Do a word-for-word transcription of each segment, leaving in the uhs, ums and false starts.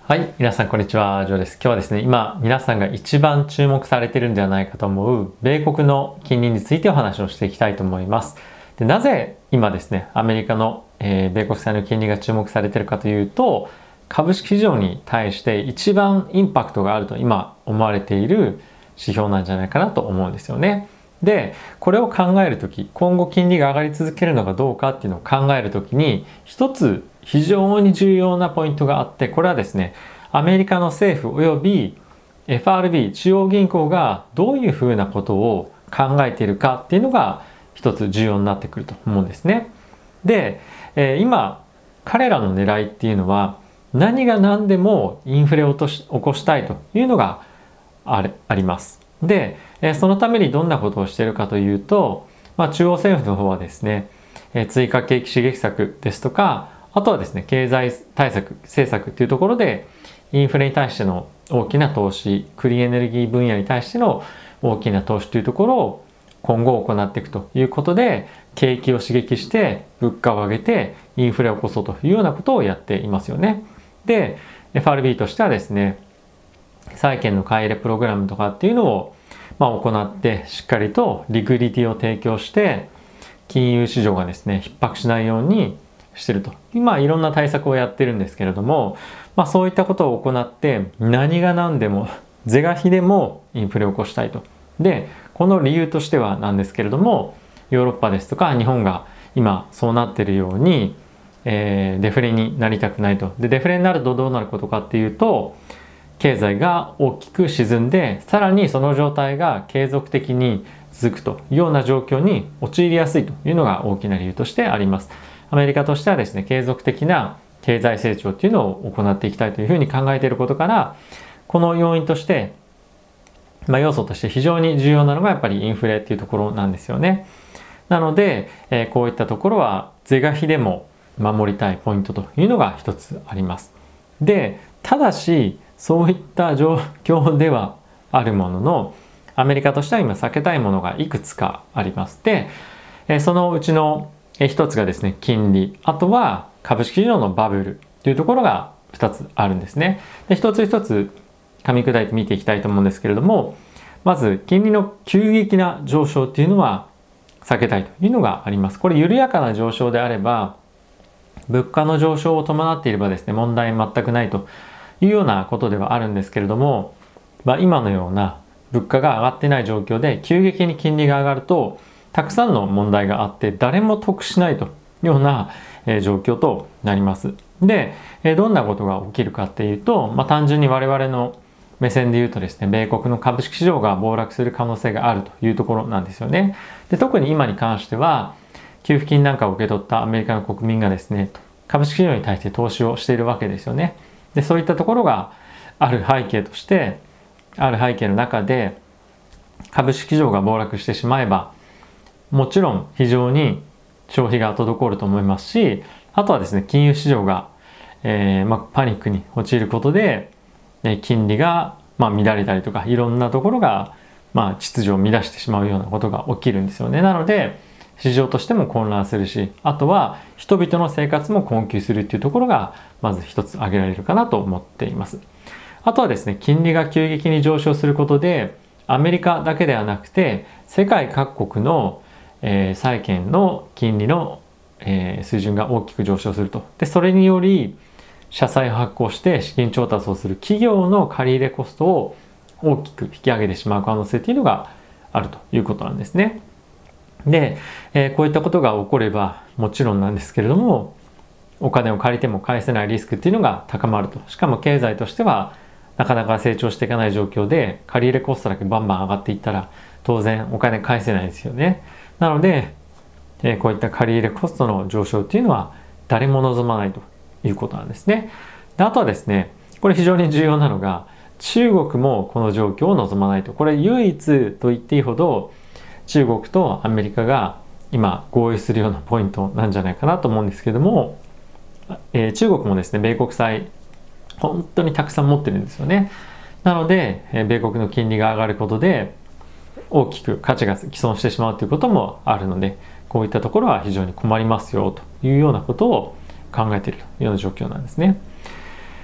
はい、皆さんこんにちは、ジョーです。今日はですね、今皆さんが一番注目されているんじゃないかと思う米国の金利についてお話をしていきたいと思います。で、なぜ今ですね、アメリカの、えー、米国債の金利が注目されているかというと、株式市場に対して一番インパクトがあると今思われている指標なんじゃないかなと思うんですよね。で、これを考えるとき、今後金利が上がり続けるのかどうかっていうのを考えるときに、一つ非常に重要なポイントがあって、これはですね、アメリカの政府および エフアールビー 中央銀行がどういうふうなことを考えているかっていうのが一つ重要になってくると思うんですね。で、えー、今彼らの狙いっていうのは何が何でもインフレを落とし起こしたいというのがあれあります。で、えー、そのためにどんなことをしているかというと、まあ、中央政府の方はですね、えー、追加景気刺激策ですとか、あとはですね、経済対策、政策っていうところで、インフレに対しての大きな投資、クリーンエネルギー分野に対しての大きな投資というところを今後行っていくということで、景気を刺激して物価を上げてインフレを起こそうというようなことをやっていますよね。で、エフアールビー としてはですね、債券の買い入れプログラムとかっていうのを、まあ、行ってしっかりとリクリティを提供して金融市場がですね、逼迫しないようにしてると。今いろんな対策をやってるんですけれども、まあ、そういったことを行って何が何でも是が非でもインフレを起こしたいと。で、この理由としてはなんですけれども、ヨーロッパですとか日本が今そうなっているように、えー、デフレになりたくないと。で、デフレになるとどうなることかっていうと、経済が大きく沈んで、さらにその状態が継続的に続くというような状況に陥りやすいというのが大きな理由としてあります。アメリカとしてはですね、継続的な経済成長っていうのを行っていきたいというふうに考えていることから、この要因として、まあ、要素として非常に重要なのがやっぱりインフレっていうところなんですよね。なので、えー、こういったところは是が非でも守りたいポイントというのが一つあります。で、ただしそういった状況ではあるものの、アメリカとしては今避けたいものがいくつかあります。で、えー、そのうちの一つがですね、金利。あとは株式市場のバブルというところが二つあるんですね。で、一つ一つ噛み砕いて見ていきたいと思うんですけれども、まず金利の急激な上昇っていうのは避けたいというのがあります。これ緩やかな上昇であれば、物価の上昇を伴っていればですね、問題全くないというようなことではあるんですけれども、まあ、今のような物価が上がってない状況で急激に金利が上がると、たくさんの問題があって誰も得しないというような、えー、状況となります。で、えー、どんなことが起きるかっていうと、まあ、単純に我々の目線で言うとですね、米国の株式市場が暴落する可能性があるというところなんですよね。で、特に今に関しては給付金なんかを受け取ったアメリカの国民がですね、株式市場に対して投資をしているわけですよね。で、そういったところがある背景としてある背景の中で、株式市場が暴落してしまえばもちろん非常に消費が滞ると思いますし、あとはですね、金融市場が、えーまあ、パニックに陥ることで、えー、金利が、まあ、乱れたりとか、いろんなところが、まあ、秩序を乱してしまうようなことが起きるんですよね。なので市場としても混乱するし、あとは人々の生活も困窮するっていうところがまず一つ挙げられるかなと思っています。あとはですね、金利が急激に上昇することで、アメリカだけではなくて世界各国のえー、債券の金利の、えー、水準が大きく上昇すると。で、それにより社債を発行して資金調達をする企業の借り入れコストを大きく引き上げてしまう可能性というのがあるということなんですね。で、えー、こういったことが起こればもちろんなんですけれども、お金を借りても返せないリスクっていうのが高まると。しかも経済としてはなかなか成長していかない状況で、借り入れコストだけバンバン上がっていったら当然お金返せないですよね。なので、えー、こういった借り入れコストの上昇っていうのは誰も望まないということなんですね。で、あとはですね、これ非常に重要なのが、中国もこの状況を望まないと。これ唯一と言っていいほど中国とアメリカが今合意するようなポイントなんじゃないかなと思うんですけども、えー、中国もですね、米国債本当にたくさん持ってるんですよね。なので、えー、米国の金利が上がることで大きく価値が毀損してしまうということもあるので、こういったところは非常に困りますよというようなことを考えているというような状況なんですね。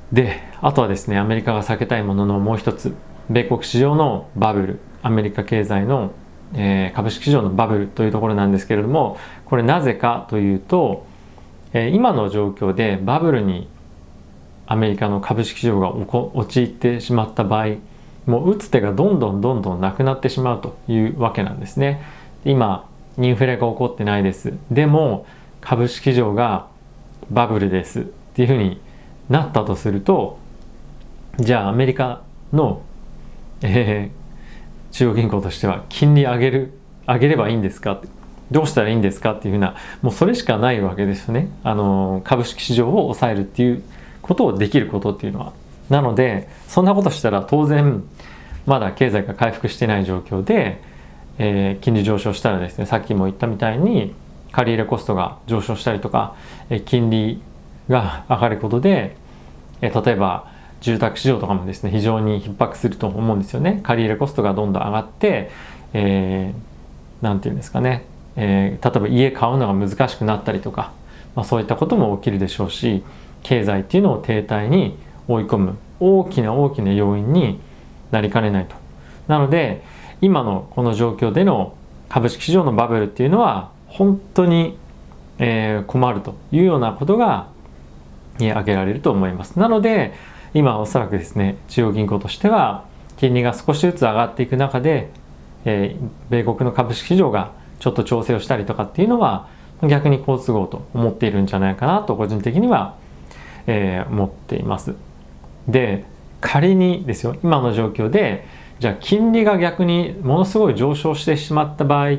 で、あとはですね、アメリカが避けたいもののもう一つ、米国市場のバブル、アメリカ経済の、えー、株式市場のバブルというところなんですけれども、これなぜかというと、えー、今の状況でバブルにアメリカの株式市場が陥ってしまった場合、もう打つ手がどんどんどんどんなくなってしまうというわけなんですね。今インフレが起こってないです、でも株式市場がバブルですっていうふうになったとすると、じゃあアメリカの、えー、中央銀行としては金利上げる上げればいいんですか、どうしたらいいんですかっていうふうな、もうそれしかないわけですよね。あの株式市場を抑えるっていうことをできることっていうのは。なのでそんなことしたら当然まだ経済が回復してない状況で、えー、金利上昇したらですね、さっきも言ったみたいに借入コストが上昇したりとか、えー、金利が上がることで、えー、例えば住宅市場とかもですね非常に逼迫すると思うんですよね。借入コストがどんどん上がって、えー、なんていうんですかね、えー、例えば家買うのが難しくなったりとか、まあ、そういったことも起きるでしょうし、経済っていうのを停滞に追い込む大きな大きな要因になりかねないと。なので今のこの状況での株式市場のバブルっていうのは本当に、えー、困るというようなことが、えー、挙げられると思います。なので今おそらくですね、中央銀行としては金利が少しずつ上がっていく中で、えー、米国の株式市場がちょっと調整をしたりとかっていうのは逆に好都合と思っているんじゃないかなと個人的には、えー、思っています。で、仮にですよ、今の状況でじゃあ金利が逆にものすごい上昇してしまった場合って、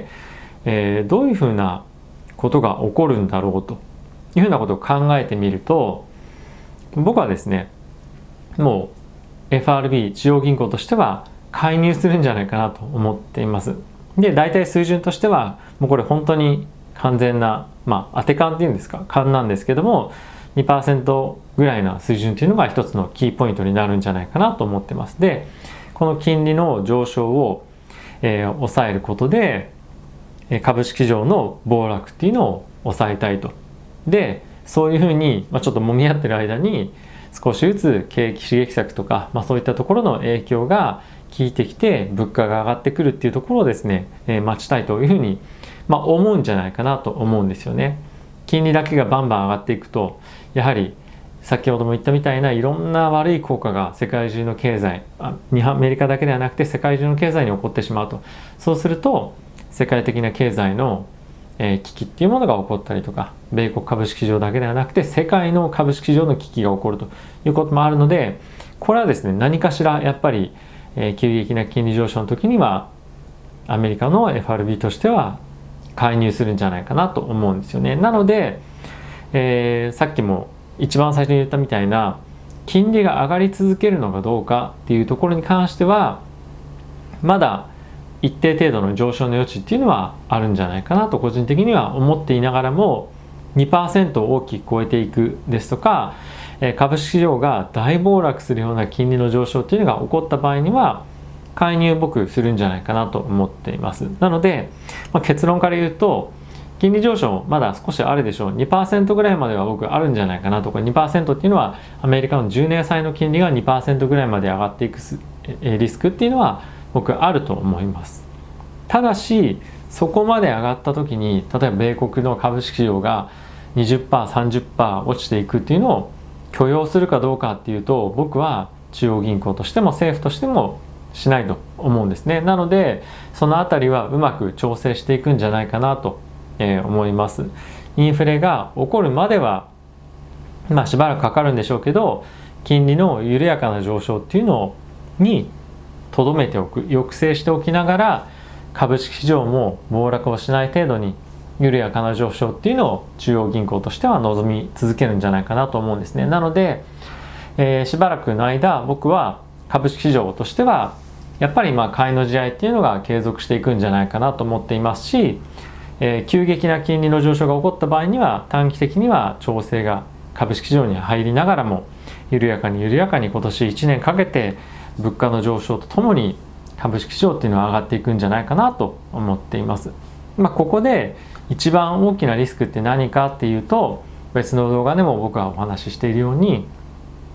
えー、どういうふうなことが起こるんだろうというふうなことを考えてみると、僕はですね、もう エフアールビー 中央銀行としては介入するんじゃないかなと思っています。で、大体水準としてはもうこれ本当に完全な、まあ当て勘っていうんですか、勘なんですけども にパーセント ぐらいな水準というのが一つのキーポイントになるんじゃないかなと思ってます。で、この金利の上昇を、えー、抑えることで株式市場の暴落っていうのを抑えたいと。で、そういうふうに、まあ、ちょっと揉み合ってる間に少しずつ景気刺激策とか、まあ、そういったところの影響が効いてきて物価が上がってくるっていうところをですね、えー、待ちたいというふうに、まあ、思うんじゃないかなと思うんですよね。金利だけがバンバン上がっていくと、やはり先ほども言ったみたいないろんな悪い効果が世界中の経済、アメリカだけではなくて世界中の経済に起こってしまうと。そうすると世界的な経済の危機っていうものが起こったりとか、米国株式市場だけではなくて世界の株式市場の危機が起こるということもあるので、これはですね、何かしらやっぱり急激な金利上昇の時にはアメリカの エフアールビー としては介入するんじゃないかなと思うんですよね。なので、えー、さっきも一番最初に言ったみたいな金利が上がり続けるのかどうかっていうところに関してはまだ一定程度の上昇の余地っていうのはあるんじゃないかなと個人的には思っていながらも、 にパーセント を大きく超えていくですとか、株式市場が大暴落するような金利の上昇っていうのが起こった場合には介入僕するんじゃないかなと思っています。なので、まあ、結論から言うと金利上昇まだ少しあるでしょう。 にパーセント ぐらいまでは僕あるんじゃないかなとか、 にパーセント っていうのはアメリカのじゅうねん債の金利が にパーセント ぐらいまで上がっていくリスクっていうのは僕あると思います。ただしそこまで上がった時に例えば米国の株式市場が にじゅっパーセント、さんじゅっパーセント 落ちていくっていうのを許容するかどうかっていうと、僕は中央銀行としても政府としてもしないと思うんですね。なのでそのあたりはうまく調整していくんじゃないかなと思います。インフレが起こるまではまあしばらくかかるんでしょうけど、金利の緩やかな上昇っていうのにとどめておく、抑制しておきながら株式市場も暴落をしない程度に緩やかな上昇っていうのを中央銀行としては望み続けるんじゃないかなと思うんですね。なので、えー、しばらくの間僕は株式市場としてはやっぱりまあ買いの試合っていうのが継続していくんじゃないかなと思っていますし、えー、急激な金利の上昇が起こった場合には短期的には調整が株式市場に入りながらも緩やかに緩やかに今年いちねんかけて物価の上昇とともに株式市場っていうのは上がっていくんじゃないかなと思っています。まあ、ここで一番大きなリスクって何かっていうと、別の動画でも僕はお話ししているように、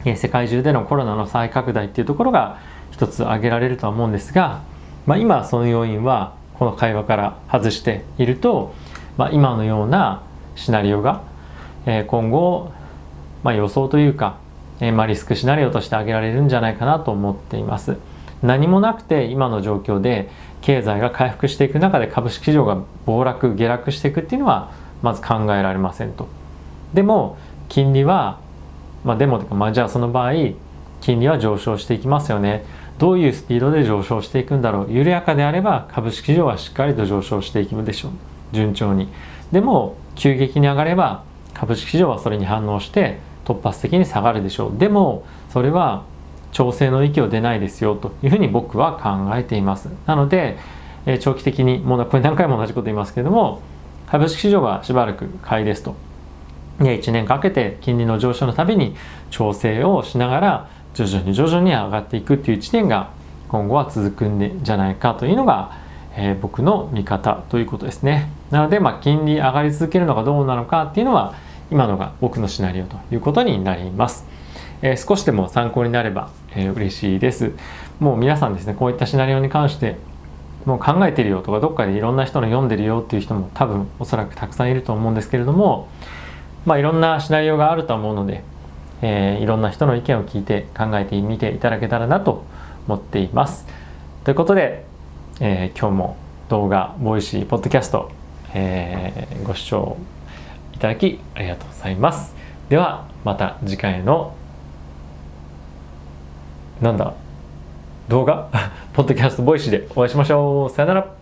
えー、世界中でのコロナの再拡大っていうところが一つ挙げられるとは思うんですが、まあ、今その要因はこの会話から外していると、まあ、今のようなシナリオが、えー、今後、まあ、予想というか、えーまあ、リスクシナリオとして挙げられるんじゃないかなと思っています。何もなくて今の状況で経済が回復していく中で株式市場が暴落下落していくっていうのはまず考えられませんと。でも金利は、まあ、でもというか、まあ、じゃあその場合金利は上昇していきますよね。どういうスピードで上昇していくんだろう。緩やかであれば株式市場はしっかりと上昇していくでしょう、順調に。でも急激に上がれば株式市場はそれに反応して突発的に下がるでしょう。でもそれは調整の域を出ないですよというふうに僕は考えています。なので、えー、長期的にもうこれ何回も同じこと言いますけれども、株式市場はしばらく買いですと。でいちねんかけて金利の上昇のたびに調整をしながら徐々に徐々に上がっていくっていういちねんが今後は続くんじゃないかというのが、えー、僕の見方ということですね。なので、まあ、金利上がり続けるのがどうなのかっていうのは今のが僕のシナリオということになります。えー、少しでも参考になれば、えー、嬉しいです。もう皆さんですね、こういったシナリオに関してもう考えてるよとか、どっかでいろんな人の読んでるよっていう人も多分おそらくたくさんいると思うんですけれども、まあいろんなシナリオがあると思うので、えー、いろんな人の意見を聞いて考えてみていただけたらなと思っています。ということで、えー、今日も動画、ボイシー、ポッドキャスト、えー、ご視聴いただきありがとうございます。ではまた次回のなんだ動画ポッドキャストボイシーでお会いしましょう。さよなら。